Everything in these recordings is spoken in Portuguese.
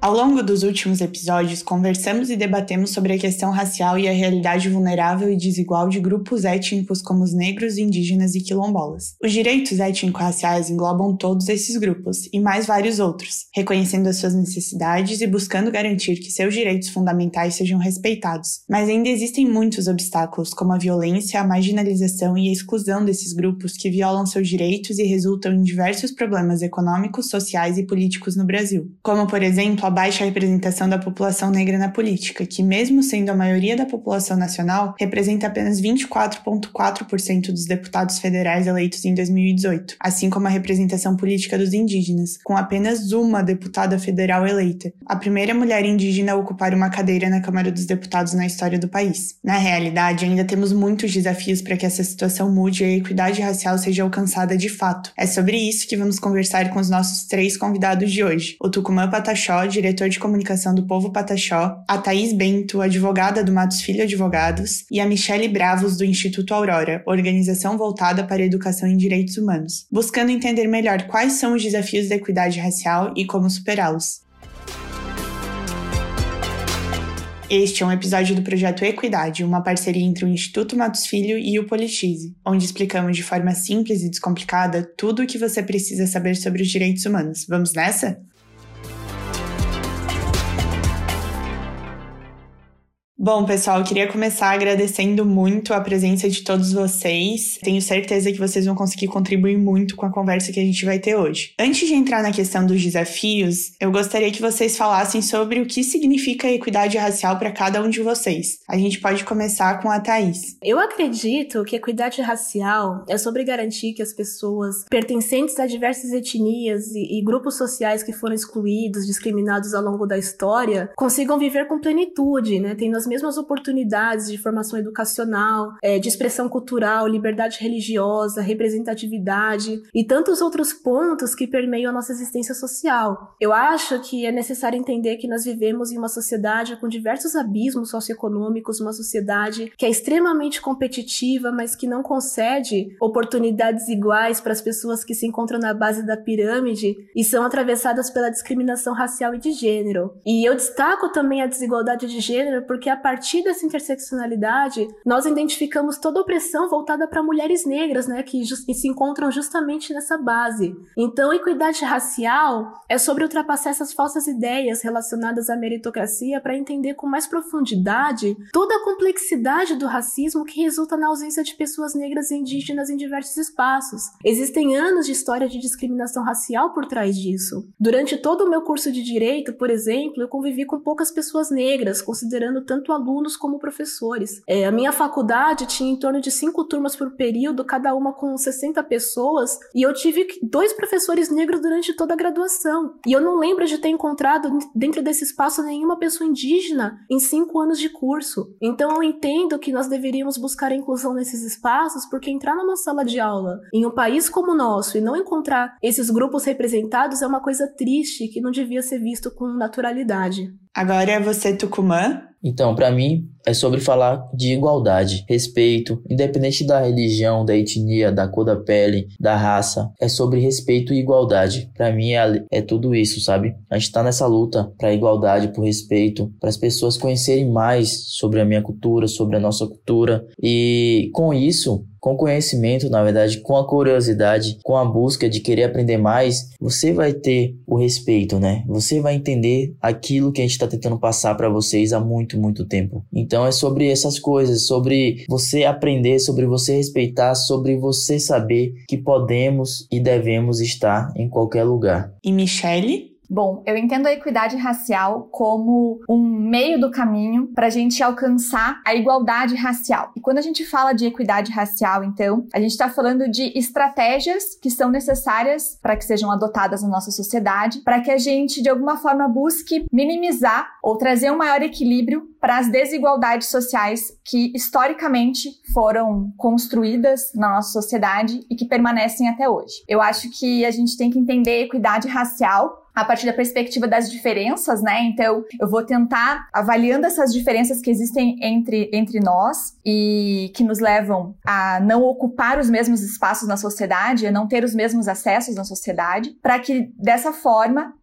Ao longo dos últimos episódios, conversamos e debatemos sobre a questão racial e a realidade vulnerável e desigual de grupos étnicos como os negros, indígenas e quilombolas. Os direitos étnico-raciais englobam todos esses grupos, e mais vários outros, reconhecendo as suas necessidades e buscando garantir que seus direitos fundamentais sejam respeitados. Mas ainda existem muitos obstáculos, como a violência, a marginalização e a exclusão desses grupos que violam seus direitos e resultam em diversos problemas econômicos, sociais e políticos no Brasil. Como, por exemplo, a baixa representação da população negra na política, que mesmo sendo a maioria da população nacional, representa apenas 24,4% dos deputados federais eleitos em 2018, assim como a representação política dos indígenas, com apenas uma deputada federal eleita, a primeira mulher indígena a ocupar uma cadeira na Câmara dos Deputados na história do país. Na realidade, ainda temos muitos desafios para que essa situação mude e a equidade racial seja alcançada de fato. É sobre isso que vamos conversar com os nossos 3 convidados de hoje: o Tucumã Pataxó, diretor de comunicação do Povo Pataxó, a Thaís Bento, advogada do Matos Filho Advogados, e a Michele Bravos, do Instituto Aurora, organização voltada para a educação em direitos humanos, buscando entender melhor quais são os desafios da equidade racial e como superá-los. Este é um episódio do projeto Equidade, uma parceria entre o Instituto Matos Filho e o Politize, onde explicamos de forma simples e descomplicada tudo o que você precisa saber sobre os direitos humanos. Vamos nessa? Bom, pessoal, eu queria começar agradecendo muito a presença de todos vocês. Tenho certeza que vocês vão conseguir contribuir muito com a conversa que a gente vai ter hoje. Antes de entrar na questão dos desafios, eu gostaria que vocês falassem sobre o que significa a equidade racial para cada um de vocês. A gente pode começar com a Thaís. Eu acredito que a equidade racial é sobre garantir que as pessoas pertencentes a diversas etnias e grupos sociais que foram excluídos, discriminados ao longo da história, consigam viver com plenitude, né? Tendo as mesmas oportunidades de formação educacional, de expressão cultural, liberdade religiosa, representatividade e tantos outros pontos que permeiam a nossa existência social. Eu acho que é necessário entender que nós vivemos em uma sociedade com diversos abismos socioeconômicos, uma sociedade que é extremamente competitiva, mas que não concede oportunidades iguais para as pessoas que se encontram na base da pirâmide e são atravessadas pela discriminação racial e de gênero. E eu destaco também a desigualdade de gênero porque a partir dessa interseccionalidade, nós identificamos toda a opressão voltada para mulheres negras, né, que se encontram justamente nessa base. Então, a equidade racial é sobre ultrapassar essas falsas ideias relacionadas à meritocracia para entender com mais profundidade toda a complexidade do racismo que resulta na ausência de pessoas negras e indígenas em diversos espaços. Existem anos de história de discriminação racial por trás disso. Durante todo o meu curso de Direito, por exemplo, eu convivi com poucas pessoas negras, considerando tanto alunos como professores. A minha faculdade tinha em torno de 5 turmas por período, cada uma com 60 pessoas, e eu tive 2 professores negros durante toda a graduação. E eu não lembro de ter encontrado dentro desse espaço nenhuma pessoa indígena em 5 anos de curso. Então eu entendo que nós deveríamos buscar a inclusão nesses espaços, porque entrar numa sala de aula em um país como o nosso e não encontrar esses grupos representados é uma coisa triste que não devia ser visto com naturalidade. Agora é você, Tucumã. Então, para mim, é sobre falar de igualdade, respeito, independente da religião, da etnia, da cor da pele, da raça. É sobre respeito e igualdade. Para mim, é tudo isso, sabe? A gente tá nessa luta pra igualdade, por respeito, para as pessoas conhecerem mais sobre a minha cultura, sobre a nossa cultura. E com isso, com conhecimento, na verdade, com a curiosidade, com a busca de querer aprender mais, você vai ter o respeito, né? Você vai entender aquilo que a gente tá tentando passar para vocês há muito tempo. Então é sobre essas coisas, sobre você aprender, sobre você respeitar, sobre você saber que podemos e devemos estar em qualquer lugar. E Michele? Bom, eu entendo a equidade racial como um meio do caminho para a gente alcançar a igualdade racial. E quando a gente fala de equidade racial, então, a gente está falando de estratégias que são necessárias para que sejam adotadas na nossa sociedade, para que a gente, de alguma forma, busque minimizar ou trazer um maior equilíbrio para as desigualdades sociais que, historicamente, foram construídas na nossa sociedade e que permanecem até hoje. Eu acho que a gente tem que entender a equidade racial a partir da perspectiva das diferenças, né? Então, eu vou tentar, avaliando essas diferenças que existem entre nós e que nos levam a não ocupar os mesmos espaços na sociedade, a não ter os mesmos acessos na sociedade, para que, dessa forma,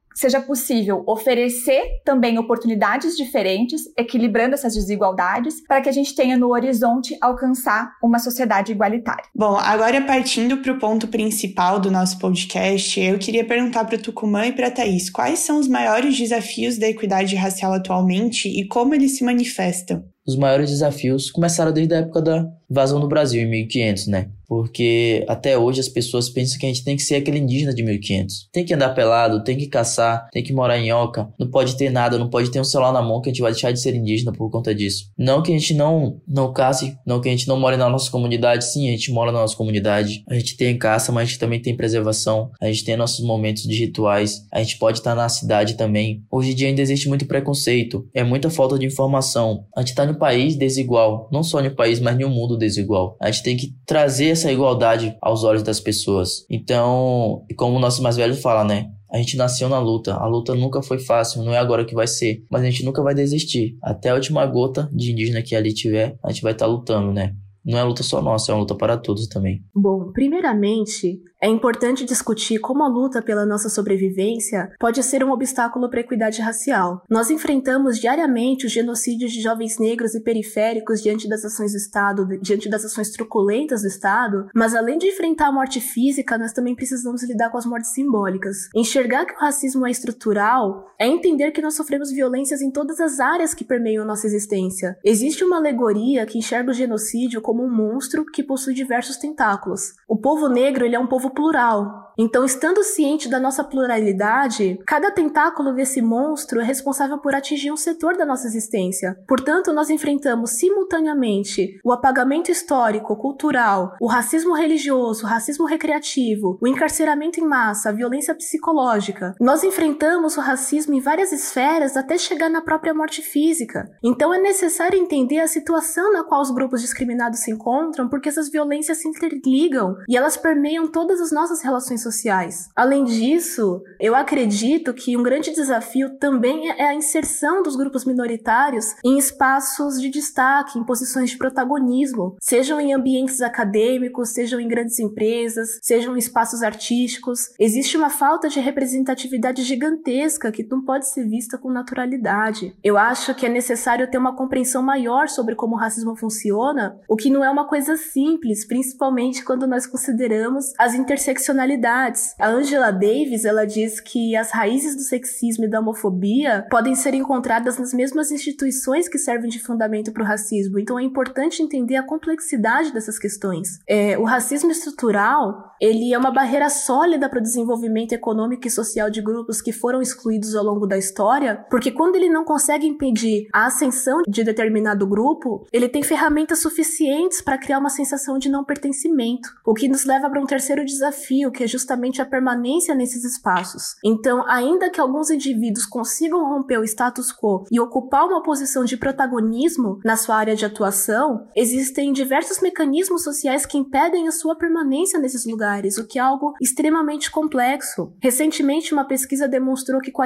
seja possível oferecer também oportunidades diferentes, equilibrando essas desigualdades, para que a gente tenha no horizonte alcançar uma sociedade igualitária. Bom, agora partindo para o ponto principal do nosso podcast, eu queria perguntar para o Tucumã e para a Thaís, quais são os maiores desafios da equidade racial atualmente e como eles se manifestam? Os maiores desafios começaram desde a época da invasão do Brasil, em 1500, né? Porque até hoje as pessoas pensam que a gente tem que ser aquele indígena de 1500. Tem que andar pelado, tem que caçar, tem que morar em oca, não pode ter nada, não pode ter um celular na mão que a gente vai deixar de ser indígena por conta disso. Não que a gente não caça, não que a gente não more na nossa comunidade. Sim, a gente mora na nossa comunidade. A gente tem caça, mas a gente também tem preservação. A gente tem nossos momentos de rituais. A gente pode estar na cidade também. Hoje em dia ainda existe muito preconceito. É muita falta de informação. A gente está em um país desigual. Não só em um país, mas em um mundo desigual. A gente tem que trazer essa igualdade aos olhos das pessoas. Então, como o nosso mais velho fala, né? A gente nasceu na luta. A luta nunca foi fácil, não é agora que vai ser. Mas a gente nunca vai desistir. Até a última gota de indígena que ali tiver, a gente vai estar lutando, né? Não é luta só nossa, é uma luta para todos também. Bom, primeiramente, é importante discutir como a luta pela nossa sobrevivência pode ser um obstáculo para a equidade racial. Nós enfrentamos diariamente os genocídios de jovens negros e periféricos diante das ações do Estado, diante das ações truculentas do Estado, mas além de enfrentar a morte física, nós também precisamos lidar com as mortes simbólicas. Enxergar que o racismo é estrutural é entender que nós sofremos violências em todas as áreas que permeiam nossa existência. Existe uma alegoria que enxerga o genocídio como um monstro que possui diversos tentáculos. O povo negro, ele é um povo plural. Então, estando ciente da nossa pluralidade, cada tentáculo desse monstro é responsável por atingir um setor da nossa existência. Portanto, nós enfrentamos simultaneamente o apagamento histórico, cultural, o racismo religioso, o racismo recreativo, o encarceramento em massa, a violência psicológica. Nós enfrentamos o racismo em várias esferas até chegar na própria morte física. Então, é necessário entender a situação na qual os grupos discriminados se encontram, porque essas violências se interligam e elas permeiam todas as nossas relações sociais. Além disso, eu acredito que um grande desafio também é a inserção dos grupos minoritários em espaços de destaque, em posições de protagonismo, sejam em ambientes acadêmicos, sejam em grandes empresas, sejam em espaços artísticos. Existe uma falta de representatividade gigantesca que não pode ser vista com naturalidade. Eu acho que é necessário ter uma compreensão maior sobre como o racismo funciona, o que não é uma coisa simples, principalmente quando nós consideramos as interseccionalidades. A Angela Davis, ela diz que as raízes do sexismo e da homofobia podem ser encontradas nas mesmas instituições que servem de fundamento para o racismo. Então é importante entender a complexidade dessas questões. O racismo estrutural, ele é uma barreira sólida para o desenvolvimento econômico e social de grupos que foram excluídos ao longo da história, porque quando ele não consegue impedir a ascensão de determinado grupo, ele tem ferramentas suficientes para criar uma sensação de não pertencimento, o que nos leva para um terceiro desafio, que é justamente a permanência nesses espaços. Então, ainda que alguns indivíduos consigam romper o status quo e ocupar uma posição de protagonismo na sua área de atuação, existem diversos mecanismos sociais que impedem a sua permanência nesses lugares, o que é algo extremamente complexo. Recentemente, uma pesquisa demonstrou que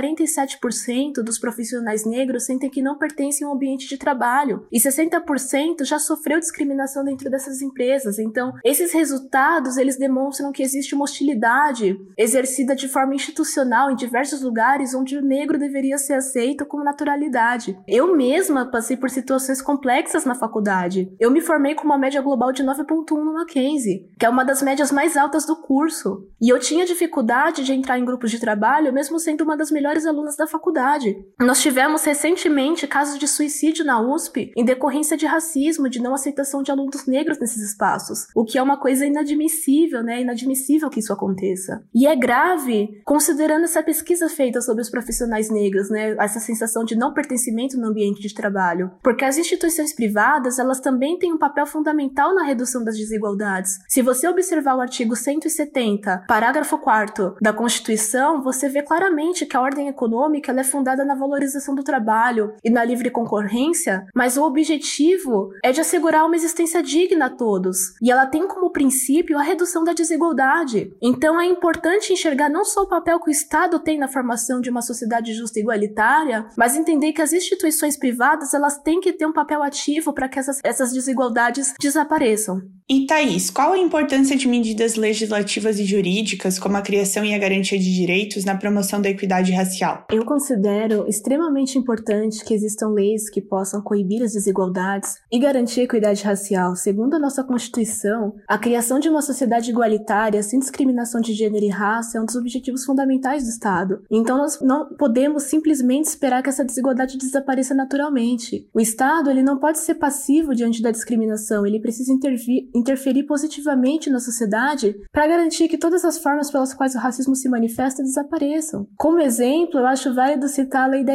47% dos profissionais negros sentem que não pertencem ao ambiente de trabalho e 60% já sofreu discriminação dentro dessas empresas. Então, esses resultados, eles demonstram que existe uma hostilidade exercida de forma institucional em diversos lugares onde o negro deveria ser aceito com naturalidade. Eu mesma passei por situações complexas na faculdade. Eu me formei com uma média global de 9.1 no Mackenzie, que é uma das médias mais altas do curso. E eu tinha dificuldade de entrar em grupos de trabalho, mesmo sendo uma das melhores alunas da faculdade. Nós tivemos recentemente casos de suicídio na USP em decorrência de racismo, de não aceitação de alunos negros nesses espaços, o que é uma coisa inadmissível, né? Inadmissível que isso aconteça. E é grave, considerando essa pesquisa feita sobre os profissionais negros, né? Essa sensação de não pertencimento no ambiente de trabalho. Porque as instituições privadas, elas também têm um papel fundamental na redução das desigualdades. Se você observar o artigo 170, parágrafo 4º da Constituição, você vê claramente que a ordem econômica ela é fundada na valorização do trabalho e na livre concorrência, mas o objetivo é de assegurar uma existência digna a todos. E ela tem como princípio a redução da desigualdade. Então, Então é importante enxergar não só o papel que o Estado tem na formação de uma sociedade justa e igualitária, mas entender que as instituições privadas elas têm que ter um papel ativo para que essas desigualdades desapareçam. E Thaís, qual a importância de medidas legislativas e jurídicas, como a criação e a garantia de direitos, na promoção da equidade racial? Eu considero extremamente importante que existam leis que possam coibir as desigualdades e garantir a equidade racial. Segundo a nossa Constituição, a criação de uma sociedade igualitária, sem discriminação de gênero e raça, é um dos objetivos fundamentais do Estado. Então nós não podemos simplesmente esperar que essa desigualdade desapareça naturalmente. O Estado ele não pode ser passivo diante da discriminação, ele precisa interferir positivamente na sociedade para garantir que todas as formas pelas quais o racismo se manifesta desapareçam. Como exemplo, eu acho válido citar a Lei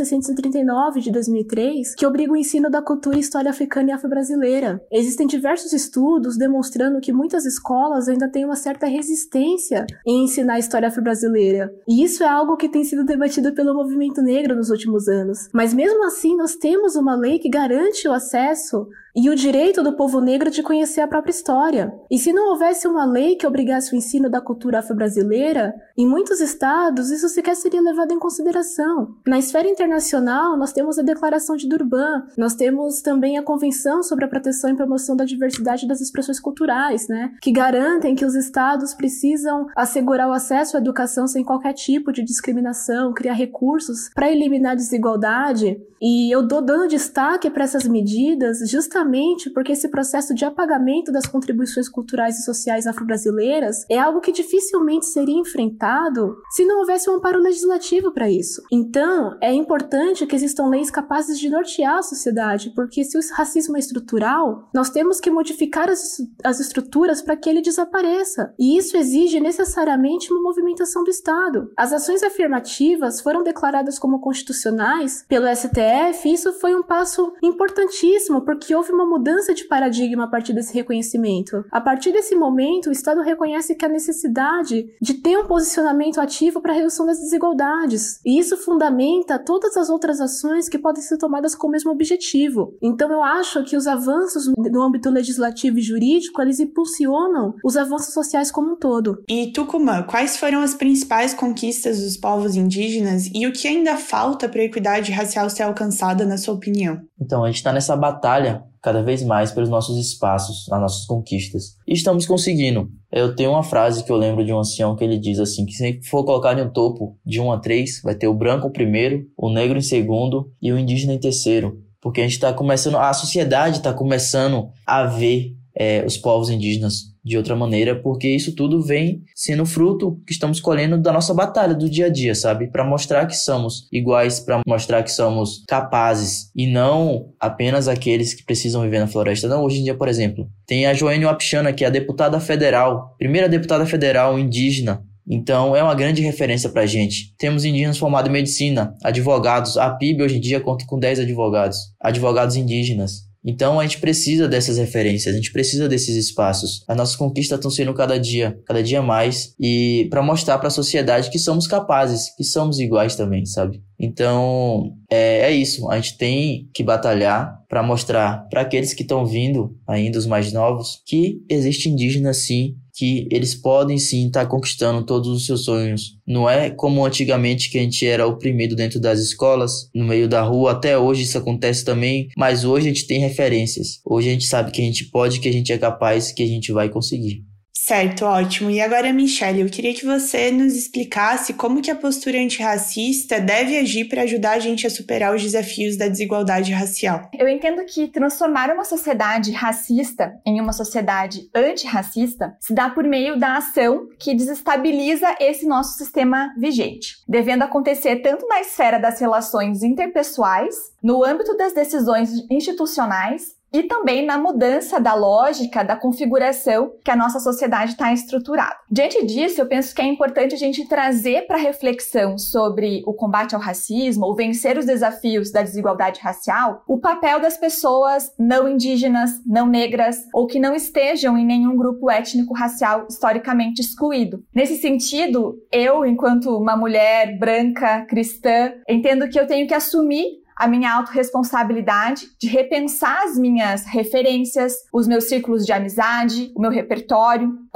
10.639 de 2003, que obriga o ensino da cultura e história africana e afro-brasileira. Existem diversos estudos demonstrando que muitas escolas ainda têm uma certa resistência em ensinar a história afro-brasileira. E isso é algo que tem sido debatido pelo movimento negro nos últimos anos. Mas mesmo assim, nós temos uma lei que garante o acesso e o direito do povo negro de conhecer a própria história. E se não houvesse uma lei que obrigasse o ensino da cultura afro-brasileira, em muitos estados isso sequer seria levado em consideração. Na esfera internacional, nós temos a Declaração de Durban, nós temos também a Convenção sobre a Proteção e Promoção da Diversidade das Expressões Culturais, que garantem que os estados precisam assegurar o acesso à educação sem qualquer tipo de discriminação, criar recursos para eliminar a desigualdade. E eu dou dando destaque para essas medidas justamente porque esse processo de apagamento das contribuições culturais e sociais afro-brasileiras é algo que dificilmente seria enfrentado se não houvesse um amparo legislativo para isso. Então, é importante que existam leis capazes de nortear a sociedade, porque se o racismo é estrutural, nós temos que modificar as estruturas para que ele desapareça. E isso exige necessariamente uma movimentação do Estado. As ações afirmativas foram declaradas como constitucionais pelo STF, e isso foi um passo importantíssimo, porque houve uma mudança de paradigma a partir desse reconhecimento. A partir desse momento, o Estado reconhece que a necessidade de ter um posicionamento ativo para a redução das desigualdades. E isso fundamenta todas as outras ações que podem ser tomadas com o mesmo objetivo. Então eu acho que os avanços no âmbito legislativo e jurídico, eles impulsionam os avanços sociais como um todo. E Tucumã, quais foram as principais conquistas dos povos indígenas e o que ainda falta para a equidade racial ser alcançada, na sua opinião? Então, a gente está nessa batalha cada vez mais pelos nossos espaços, as nossas conquistas. E estamos conseguindo. Eu tenho uma frase que eu lembro de um ancião que ele diz assim, que se for colocar em um topo de 1 a 3, vai ter o branco em primeiro, o negro em segundo e o indígena em terceiro. Porque a gente está começando, a sociedade está começando a ver os povos indígenas de outra maneira, porque isso tudo vem sendo fruto que estamos colhendo da nossa batalha do dia a dia, sabe? Para mostrar que somos iguais, para mostrar que somos capazes e não apenas aqueles que precisam viver na floresta. Não, hoje em dia, por exemplo, tem a Joênia Wapichana, que é a deputada federal, primeira deputada federal indígena. Então, é uma grande referência pra gente. Temos indígenas formados em medicina, advogados. A PIB hoje em dia conta com 10 advogados indígenas. Então a gente precisa dessas referências, a gente precisa desses espaços. As nossas conquistas estão sendo cada dia mais, e para mostrar para a sociedade que somos capazes, que somos iguais também, sabe? Então é isso, a gente tem que batalhar para mostrar para aqueles que estão vindo, ainda os mais novos, que existe indígena sim, que eles podem sim estar conquistando todos os seus sonhos. Não é como antigamente, que a gente era oprimido dentro das escolas, no meio da rua. Até hoje isso acontece também, mas hoje a gente tem referências. Hoje a gente sabe que a gente pode, que a gente é capaz, que a gente vai conseguir. Certo, ótimo. E agora, Michelle, eu queria que você nos explicasse como que a postura antirracista deve agir para ajudar a gente a superar os desafios da desigualdade racial. Eu entendo que transformar uma sociedade racista em uma sociedade antirracista se dá por meio da ação que desestabiliza esse nosso sistema vigente, devendo acontecer tanto na esfera das relações interpessoais, no âmbito das decisões institucionais, e também na mudança da lógica, da configuração que a nossa sociedade está estruturada. Diante disso, eu penso que é importante a gente trazer para reflexão sobre o combate ao racismo, ou vencer os desafios da desigualdade racial, o papel das pessoas não indígenas, não negras, ou que não estejam em nenhum grupo étnico-racial historicamente excluído. Nesse sentido, eu, enquanto uma mulher branca, cristã, entendo que eu tenho que assumir a minha autorresponsabilidade de repensar as minhas referências, os meus círculos de amizade, o meu repertório.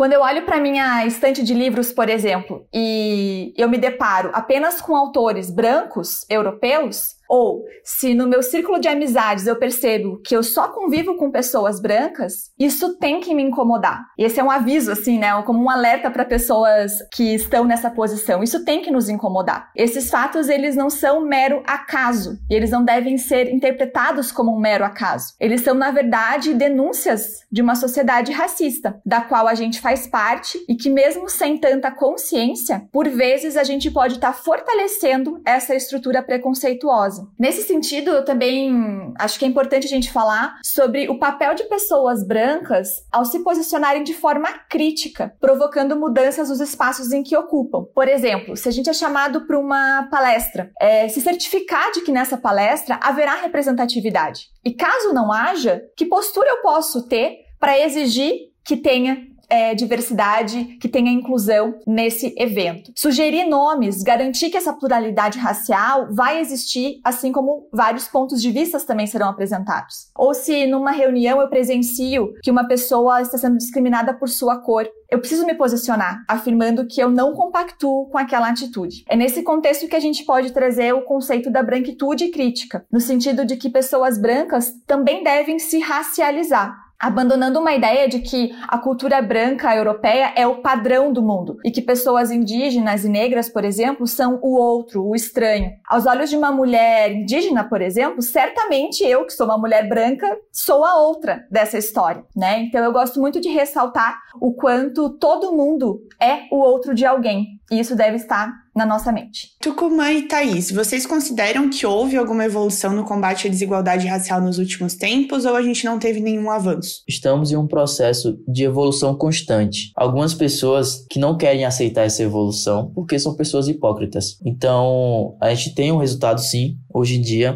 Quando eu olho para minha estante de livros, por exemplo, e eu me deparo apenas com autores brancos, europeus, ou se no meu círculo de amizades eu percebo que eu só convivo com pessoas brancas, isso tem que me incomodar. E esse é um aviso, assim, né? Como um alerta para pessoas que estão nessa posição. Isso tem que nos incomodar. Esses fatos, eles não são mero acaso. E eles não devem ser interpretados como um mero acaso. Eles são, na verdade, denúncias de uma sociedade racista, da qual a gente faz parte e que, mesmo sem tanta consciência, por vezes a gente pode estar fortalecendo essa estrutura preconceituosa. Nesse sentido, eu também acho que é importante a gente falar sobre o papel de pessoas brancas ao se posicionarem de forma crítica, provocando mudanças nos espaços em que ocupam. Por exemplo, se a gente é chamado para uma palestra, se certificar de que nessa palestra haverá representatividade. E caso não haja, que postura eu posso ter para exigir que tenha diversidade, que tenha inclusão nesse evento. Sugerir nomes, garantir que essa pluralidade racial vai existir, assim como vários pontos de vista também serão apresentados. Ou se numa reunião eu presencio que uma pessoa está sendo discriminada por sua cor, eu preciso me posicionar, afirmando que eu não compactuo com aquela atitude. É nesse contexto que a gente pode trazer o conceito da branquitude crítica, no sentido de que pessoas brancas também devem se racializar, abandonando uma ideia de que a cultura branca europeia é o padrão do mundo e que pessoas indígenas e negras, por exemplo, são o outro, o estranho. Aos olhos de uma mulher indígena, por exemplo, certamente eu, que sou uma mulher branca, sou a outra dessa história, né? Então eu gosto muito de ressaltar o quanto todo mundo é o outro de alguém, e isso deve estar na nossa mente. Tucumã e Thaís, vocês consideram que houve alguma evolução no combate à desigualdade racial nos últimos tempos ou a gente não teve nenhum avanço? Estamos em um processo de evolução constante. Algumas pessoas que não querem aceitar essa evolução porque são pessoas hipócritas. Então, a gente tem um resultado sim, hoje em dia,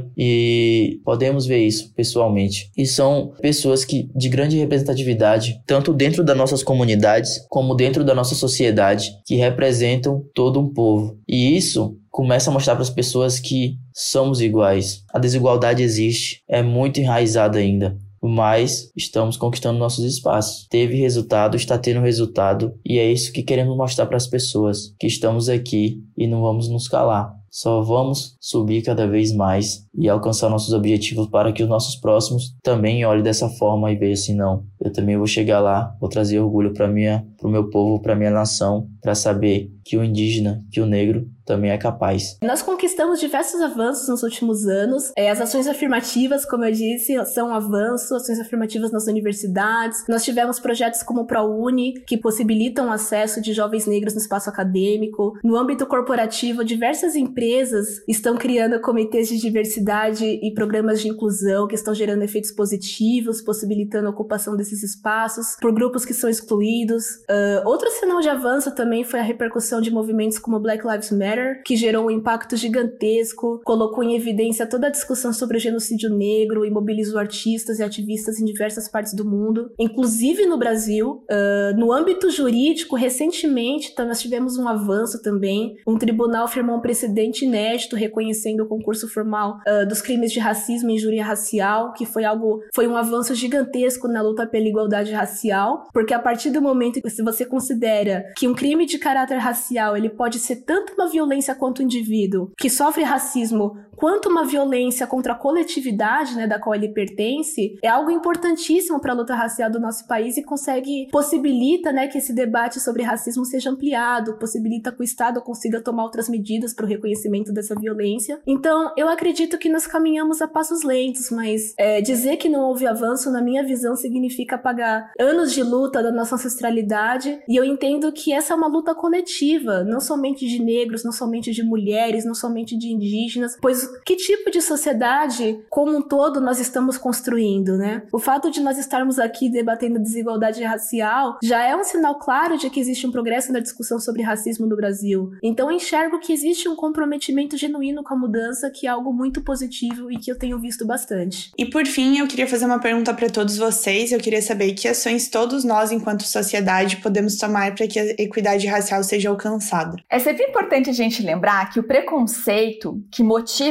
e podemos ver isso pessoalmente. E são pessoas de grande representatividade, tanto dentro das nossas comunidades, como dentro da nossa sociedade, que representam todo um povo. E isso começa a mostrar para as pessoas que somos iguais. A desigualdade existe, é muito enraizada ainda, mas estamos conquistando nossos espaços. Teve resultado, está tendo resultado, e é isso que queremos mostrar para as pessoas, que estamos aqui e não vamos nos calar. Só vamos subir cada vez mais e alcançar nossos objetivos para que os nossos próximos também olhem dessa forma e vejam assim, não, eu também vou chegar lá, vou trazer orgulho para o meu povo, para minha nação, para saber que o indígena, que o negro também é capaz. Nós conquistamos diversos avanços nos últimos anos. As ações afirmativas, como eu disse, são um avanço, ações afirmativas nas universidades. Nós tivemos projetos como o ProUni, que possibilitam o acesso de jovens negros no espaço acadêmico. No âmbito corporativo, diversas empresas estão criando comitês de diversidade e programas de inclusão que estão gerando efeitos positivos, possibilitando a ocupação desses espaços por grupos que são excluídos. Outro sinal de avanço também foi a repercussão de movimentos como Black Lives Matter, que gerou um impacto gigantesco, colocou em evidência toda a discussão sobre o genocídio negro e mobilizou artistas e ativistas em diversas partes do mundo, inclusive no Brasil. No âmbito jurídico, recentemente, nós tivemos um avanço também. Um tribunal firmou um precedente inédito reconhecendo o concurso formal dos crimes de racismo e injúria racial, que foi um avanço gigantesco na luta pela igualdade racial, porque a partir do momento que você considera que um crime de caráter racial ele pode ser tanto uma violência contra o indivíduo que sofre racismo, quanto uma violência contra a coletividade, né, da qual ele pertence, é algo importantíssimo para a luta racial do nosso país e possibilita, né, que esse debate sobre racismo seja ampliado, possibilita que o Estado consiga tomar outras medidas para o reconhecimento dessa violência. Então, eu acredito que nós caminhamos a passos lentos, mas dizer que não houve avanço, na minha visão, significa apagar anos de luta da nossa ancestralidade, e eu entendo que essa é uma luta coletiva, não somente de negros, não somente de mulheres, não somente de indígenas, pois que tipo de sociedade como um todo nós estamos construindo, né? O fato de nós estarmos aqui debatendo desigualdade racial já é um sinal claro de que existe um progresso na discussão sobre racismo no Brasil. Então eu enxergo que existe um comprometimento genuíno com a mudança, que é algo muito positivo e que eu tenho visto bastante. E por fim, eu queria fazer uma pergunta para todos vocês. Eu queria saber que ações todos nós, enquanto sociedade, podemos tomar para que a equidade racial seja alcançada. É sempre importante a gente lembrar que o preconceito que motiva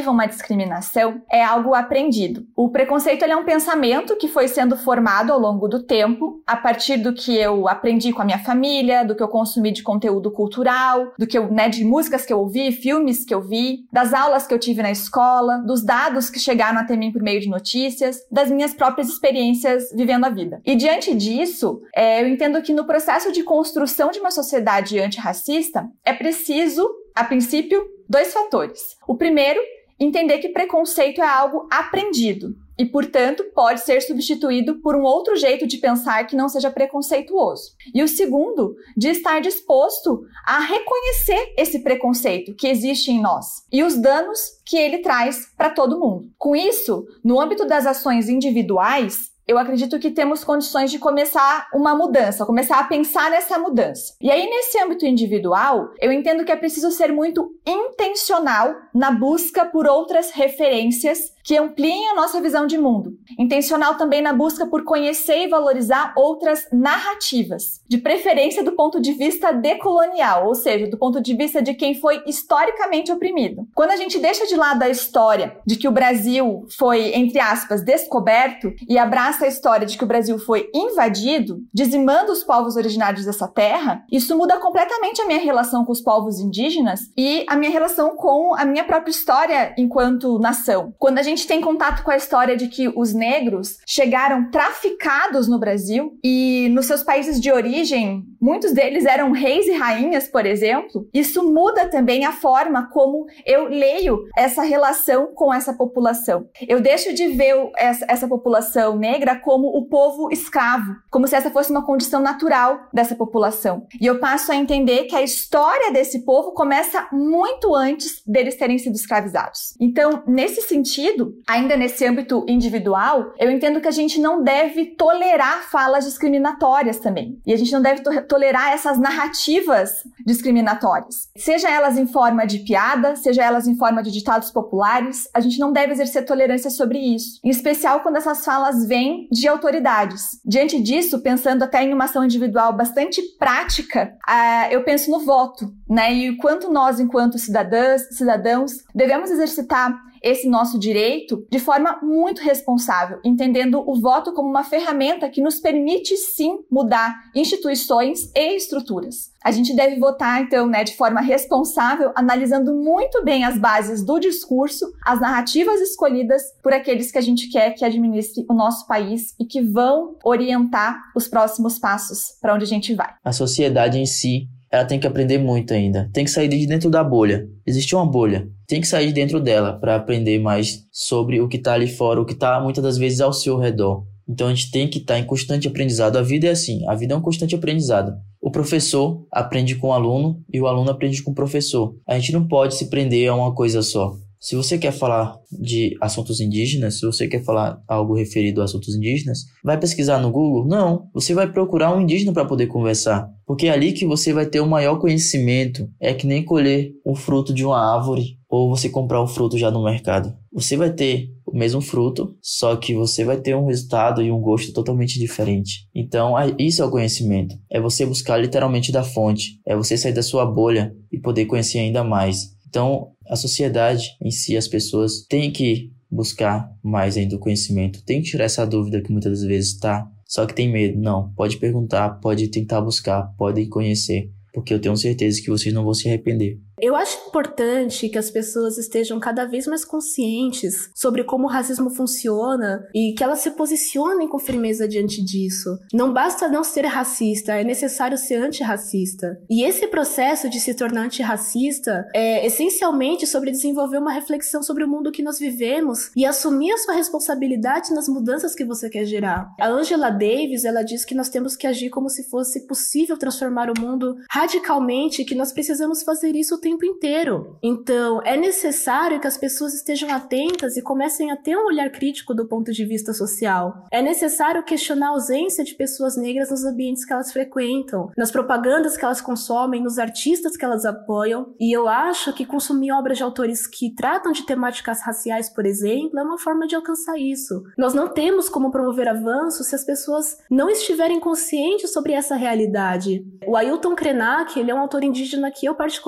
motiva uma discriminação é algo aprendido. O preconceito ele é um pensamento que foi sendo formado ao longo do tempo, a partir do que eu aprendi com a minha família, do que eu consumi de conteúdo cultural, do que eu, de músicas que eu ouvi, filmes que eu vi, das aulas que eu tive na escola, dos dados que chegaram até mim por meio de notícias, das minhas próprias experiências vivendo a vida. E diante disso, eu entendo que no processo de construção de uma sociedade antirracista, é preciso, a princípio, 2 fatores. O primeiro, entender que preconceito é algo aprendido e, portanto, pode ser substituído por um outro jeito de pensar que não seja preconceituoso. E o segundo, de estar disposto a reconhecer esse preconceito que existe em nós e os danos que ele traz para todo mundo. Com isso, no âmbito das ações individuais, eu acredito que temos condições de começar uma mudança, começar a pensar nessa mudança. E aí, nesse âmbito individual, eu entendo que é preciso ser muito intencional na busca por outras referências que ampliem a nossa visão de mundo. Intencional também na busca por conhecer e valorizar outras narrativas, de preferência do ponto de vista decolonial, ou seja, do ponto de vista de quem foi historicamente oprimido. Quando a gente deixa de lado a história de que o Brasil foi, entre aspas, descoberto e abraça a história de que o Brasil foi invadido, dizimando os povos originários dessa terra, isso muda completamente a minha relação com os povos indígenas e a minha relação com a minha própria história enquanto nação. Quando a gente tem contato com a história de que os negros chegaram traficados no Brasil e nos seus países de origem, muitos deles eram reis e rainhas, por exemplo, isso muda também a forma como eu leio essa relação com essa população. Eu deixo de ver essa população negra como o povo escravo, como se essa fosse uma condição natural dessa população. E eu passo a entender que a história desse povo começa muito antes deles terem sido escravizados. Então, nesse sentido, ainda nesse âmbito individual, eu entendo que a gente não deve tolerar falas discriminatórias também. E a gente não deve tolerar essas narrativas discriminatórias. Seja elas em forma de piada, seja elas em forma de ditados populares, a gente não deve exercer tolerância sobre isso. Em especial quando essas falas vêm de autoridades. Diante disso, pensando até em uma ação individual bastante prática, eu penso no voto, E o quanto nós, enquanto cidadãos, devemos exercitar esse nosso direito de forma muito responsável, entendendo o voto como uma ferramenta que nos permite, sim, mudar instituições e estruturas. A gente deve votar, então, de forma responsável, analisando muito bem as bases do discurso, as narrativas escolhidas por aqueles que a gente quer que administre o nosso país e que vão orientar os próximos passos para onde a gente vai. A sociedade em si, ela tem que aprender muito ainda. Tem que sair de dentro da bolha. Existe uma bolha. Tem que sair de dentro dela para aprender mais sobre o que está ali fora, o que está muitas das vezes ao seu redor. Então a gente tem que estar em constante aprendizado. A vida é assim, a vida é um constante aprendizado. O professor aprende com o aluno e o aluno aprende com o professor. A gente não pode se prender a uma coisa só. Se você quer falar de assuntos indígenas, se você quer falar algo referido a assuntos indígenas, vai pesquisar no Google? Não, você vai procurar um indígena para poder conversar, porque é ali que você vai ter o maior conhecimento. É que nem colher um fruto de uma árvore ou você comprar um fruto já no mercado. Você vai ter o mesmo fruto, só que você vai ter um resultado e um gosto totalmente diferente. Então, isso é o conhecimento. É você buscar literalmente da fonte, é você sair da sua bolha e poder conhecer ainda mais. Então, a sociedade em si, as pessoas têm que buscar mais ainda o conhecimento, tem que tirar essa dúvida que muitas vezes está, só que tem medo. Não, pode perguntar, pode tentar buscar, pode conhecer, porque eu tenho certeza que vocês não vão se arrepender. Eu acho importante que as pessoas estejam cada vez mais conscientes sobre como o racismo funciona e que elas se posicionem com firmeza diante disso. Não basta não ser racista, é necessário ser antirracista. E esse processo de se tornar antirracista é essencialmente sobre desenvolver uma reflexão sobre o mundo que nós vivemos e assumir a sua responsabilidade nas mudanças que você quer gerar. A Angela Davis, ela diz que nós temos que agir como se fosse possível transformar o mundo radicalmente, que nós precisamos fazer isso o tempo inteiro. Então, é necessário que as pessoas estejam atentas e comecem a ter um olhar crítico do ponto de vista social. É necessário questionar a ausência de pessoas negras nos ambientes que elas frequentam, nas propagandas que elas consomem, nos artistas que elas apoiam. E eu acho que consumir obras de autores que tratam de temáticas raciais, por exemplo, é uma forma de alcançar isso. Nós não temos como promover avanços se as pessoas não estiverem conscientes sobre essa realidade. O Ailton Krenak, ele é um autor indígena que eu particularmente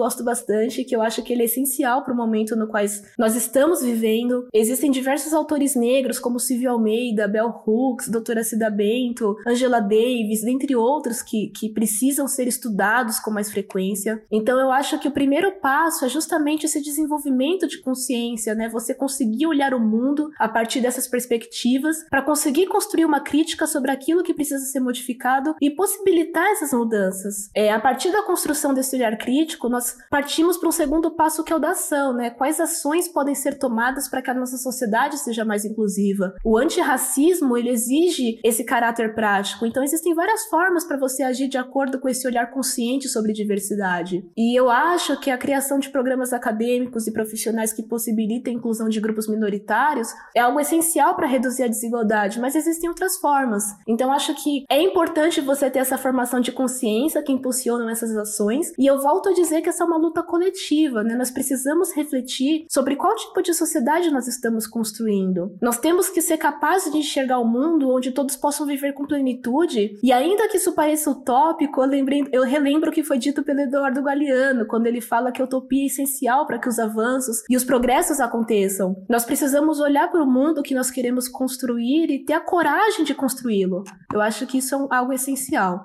gosto bastante, que eu acho que ele é essencial para o momento no qual nós estamos vivendo. Existem diversos autores negros, como Silvio Almeida, Bell Hooks, Doutora Cida Bento, Angela Davis, dentre outros, que precisam ser estudados com mais frequência. Então eu acho que o primeiro passo é justamente esse desenvolvimento de consciência, né? Você conseguir olhar o mundo a partir dessas perspectivas para conseguir construir uma crítica sobre aquilo que precisa ser modificado e possibilitar essas mudanças. A partir da construção desse olhar crítico, nós partimos para um segundo passo, que é o da ação, né? Quais ações podem ser tomadas para que a nossa sociedade seja mais inclusiva? O antirracismo, ele exige esse caráter prático, então existem várias formas para você agir de acordo com esse olhar consciente sobre diversidade. E eu acho que a criação de programas acadêmicos e profissionais que possibilitem a inclusão de grupos minoritários é algo essencial para reduzir a desigualdade, mas existem outras formas. Então acho que é importante você ter essa formação de consciência que impulsionam essas ações, e eu volto a dizer que essa é uma luta coletiva, né? Nós precisamos refletir sobre qual tipo de sociedade nós estamos construindo. Nós temos que ser capazes de enxergar o mundo onde todos possam viver com plenitude, e ainda que isso pareça utópico, eu relembro o que foi dito pelo Eduardo Galeano, quando ele fala que a utopia é essencial para que os avanços e os progressos aconteçam. Nós precisamos olhar para o mundo que nós queremos construir e ter a coragem de construí-lo. Eu acho que isso é algo essencial.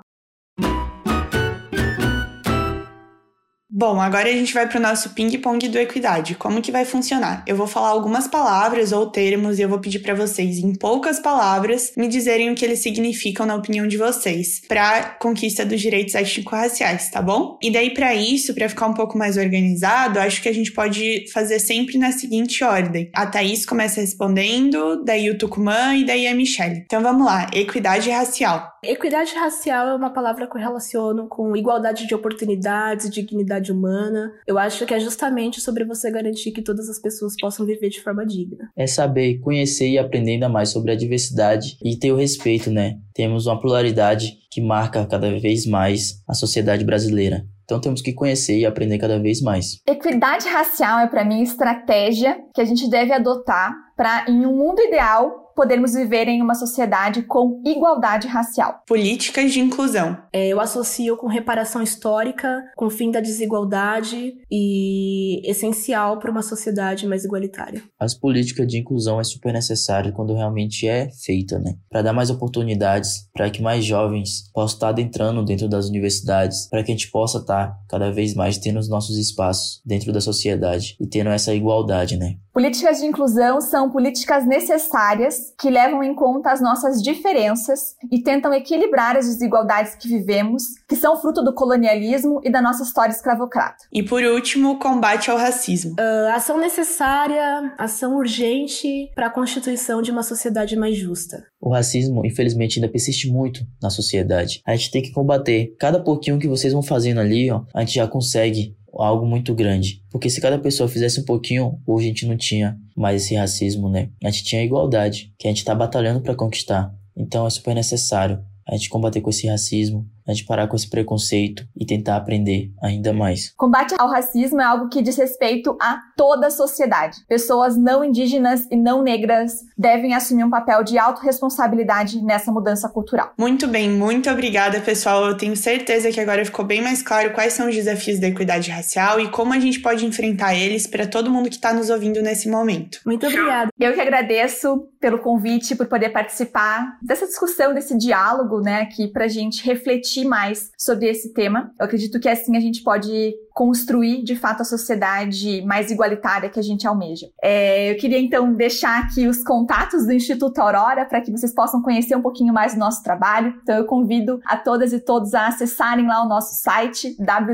Bom, agora a gente vai para o nosso ping-pong do Equidade. Como que vai funcionar? Eu vou falar algumas palavras ou termos e eu vou pedir para vocês, em poucas palavras, me dizerem o que eles significam na opinião de vocês para a conquista dos direitos étnico-raciais, tá bom? E daí, para isso, para ficar um pouco mais organizado, acho que a gente pode fazer sempre na seguinte ordem. A Thaís começa respondendo, daí o Tucumã e daí a Michelle. Então vamos lá, equidade racial. Equidade racial é uma palavra que eu relaciono com igualdade de oportunidades, dignidade humana. Eu acho que é justamente sobre você garantir que todas as pessoas possam viver de forma digna. É saber, conhecer e aprender ainda mais sobre a diversidade e ter o respeito, né? Temos uma pluralidade que marca cada vez mais a sociedade brasileira. Então temos que conhecer e aprender cada vez mais. Equidade racial é, para mim, estratégia que a gente deve adotar para, em um mundo ideal, podermos viver em uma sociedade com igualdade racial. Políticas de inclusão. Eu associo com reparação histórica, com fim da desigualdade e essencial para uma sociedade mais igualitária. As políticas de inclusão é super necessário quando realmente é feita, né? Para dar mais oportunidades, para que mais jovens possam estar adentrando dentro das universidades, para que a gente possa estar cada vez mais tendo os nossos espaços dentro da sociedade e tendo essa igualdade, né? Políticas de inclusão são políticas necessárias que levam em conta as nossas diferenças e tentam equilibrar as desigualdades que vivemos, que são fruto do colonialismo e da nossa história escravocrata. E por último, combate ao racismo. Ação necessária, ação urgente para a constituição de uma sociedade mais justa. O racismo, infelizmente, ainda persiste muito na sociedade. A gente tem que combater. Cada pouquinho que vocês vão fazendo ali, a gente já consegue algo muito grande. Porque se cada pessoa fizesse um pouquinho, hoje a gente não tinha mais esse racismo, né? A gente tinha a igualdade, que a gente tá batalhando para conquistar. Então é super necessário a gente combater com esse racismo, a gente parar com esse preconceito e tentar aprender ainda mais. Combate ao racismo é algo que diz respeito a toda a sociedade. Pessoas não indígenas e não negras devem assumir um papel de autorresponsabilidade nessa mudança cultural. Muito bem, muito obrigada, pessoal. Eu tenho certeza que agora ficou bem mais claro quais são os desafios da equidade racial e como a gente pode enfrentar eles para todo mundo que está nos ouvindo nesse momento. Muito obrigada. Eu que agradeço pelo convite, por poder participar dessa discussão, desse diálogo, né, aqui pra gente refletir mais sobre esse tema. Eu acredito que assim a gente pode construir, de fato, a sociedade mais igualitária que a gente almeja. Eu queria, então, deixar aqui os contatos do Instituto Aurora para que vocês possam conhecer um pouquinho mais do nosso trabalho. Então, eu convido a todas e todos a acessarem lá o nosso site,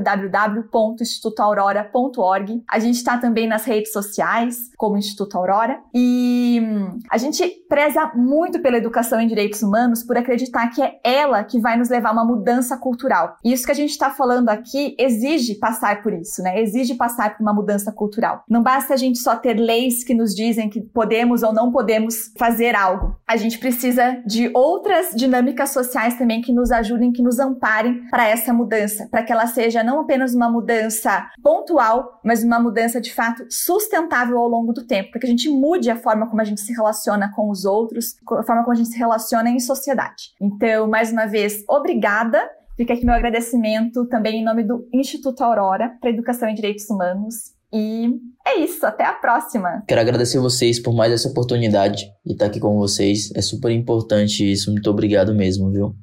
www.institutoaurora.org. A gente está também nas redes sociais, como Instituto Aurora. E a gente preza muito pela educação em direitos humanos por acreditar que é ela que vai nos levar a uma mudança cultural. E isso que a gente está falando aqui exige passar por isso, né? Exige passar por uma mudança cultural. Não basta a gente só ter leis que nos dizem que podemos ou não podemos fazer algo. A gente precisa de outras dinâmicas sociais também que nos ajudem, que nos amparem para essa mudança, para que ela seja não apenas uma mudança pontual, mas uma mudança de fato sustentável ao longo do tempo, para que a gente mude a forma como a gente se relaciona com os outros, a forma como a gente se relaciona em sociedade. Então, mais uma vez, obrigada. Fica aqui meu agradecimento também em nome do Instituto Aurora para Educação e Direitos Humanos. E é isso, até a próxima! Quero agradecer vocês por mais essa oportunidade de estar aqui com vocês. É super importante isso, muito obrigado mesmo, viu?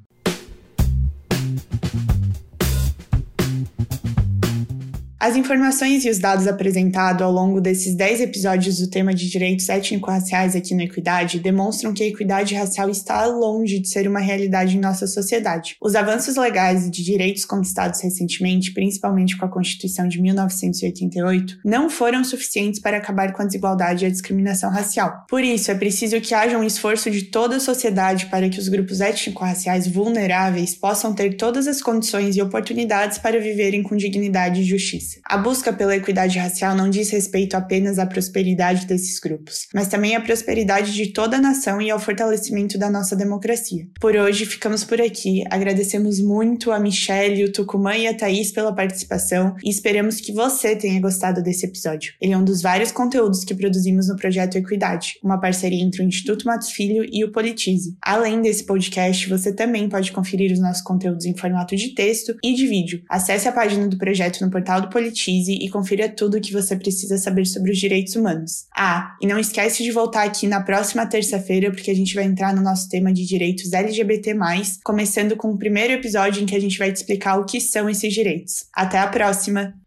As informações e os dados apresentados ao longo desses 10 episódios do tema de direitos étnico-raciais aqui no Equidade demonstram que a equidade racial está longe de ser uma realidade em nossa sociedade. Os avanços legais e de direitos conquistados recentemente, principalmente com a Constituição de 1988, não foram suficientes para acabar com a desigualdade e a discriminação racial. Por isso, é preciso que haja um esforço de toda a sociedade para que os grupos étnico-raciais vulneráveis possam ter todas as condições e oportunidades para viverem com dignidade e justiça. A busca pela equidade racial não diz respeito apenas à prosperidade desses grupos, mas também à prosperidade de toda a nação e ao fortalecimento da nossa democracia. Por hoje, ficamos por aqui. Agradecemos muito a Michelle, o Tucumã e a Thaís pela participação e esperamos que você tenha gostado desse episódio. Ele é um dos vários conteúdos que produzimos no Projeto Equidade, uma parceria entre o Instituto Matos Filho e o Politize. Além desse podcast, você também pode conferir os nossos conteúdos em formato de texto e de vídeo. Acesse a página do projeto no portal do Politize e confira tudo o que você precisa saber sobre os direitos humanos. E não esquece de voltar aqui na próxima terça-feira, porque a gente vai entrar no nosso tema de direitos LGBT+, começando com o primeiro episódio em que a gente vai te explicar o que são esses direitos. Até a próxima!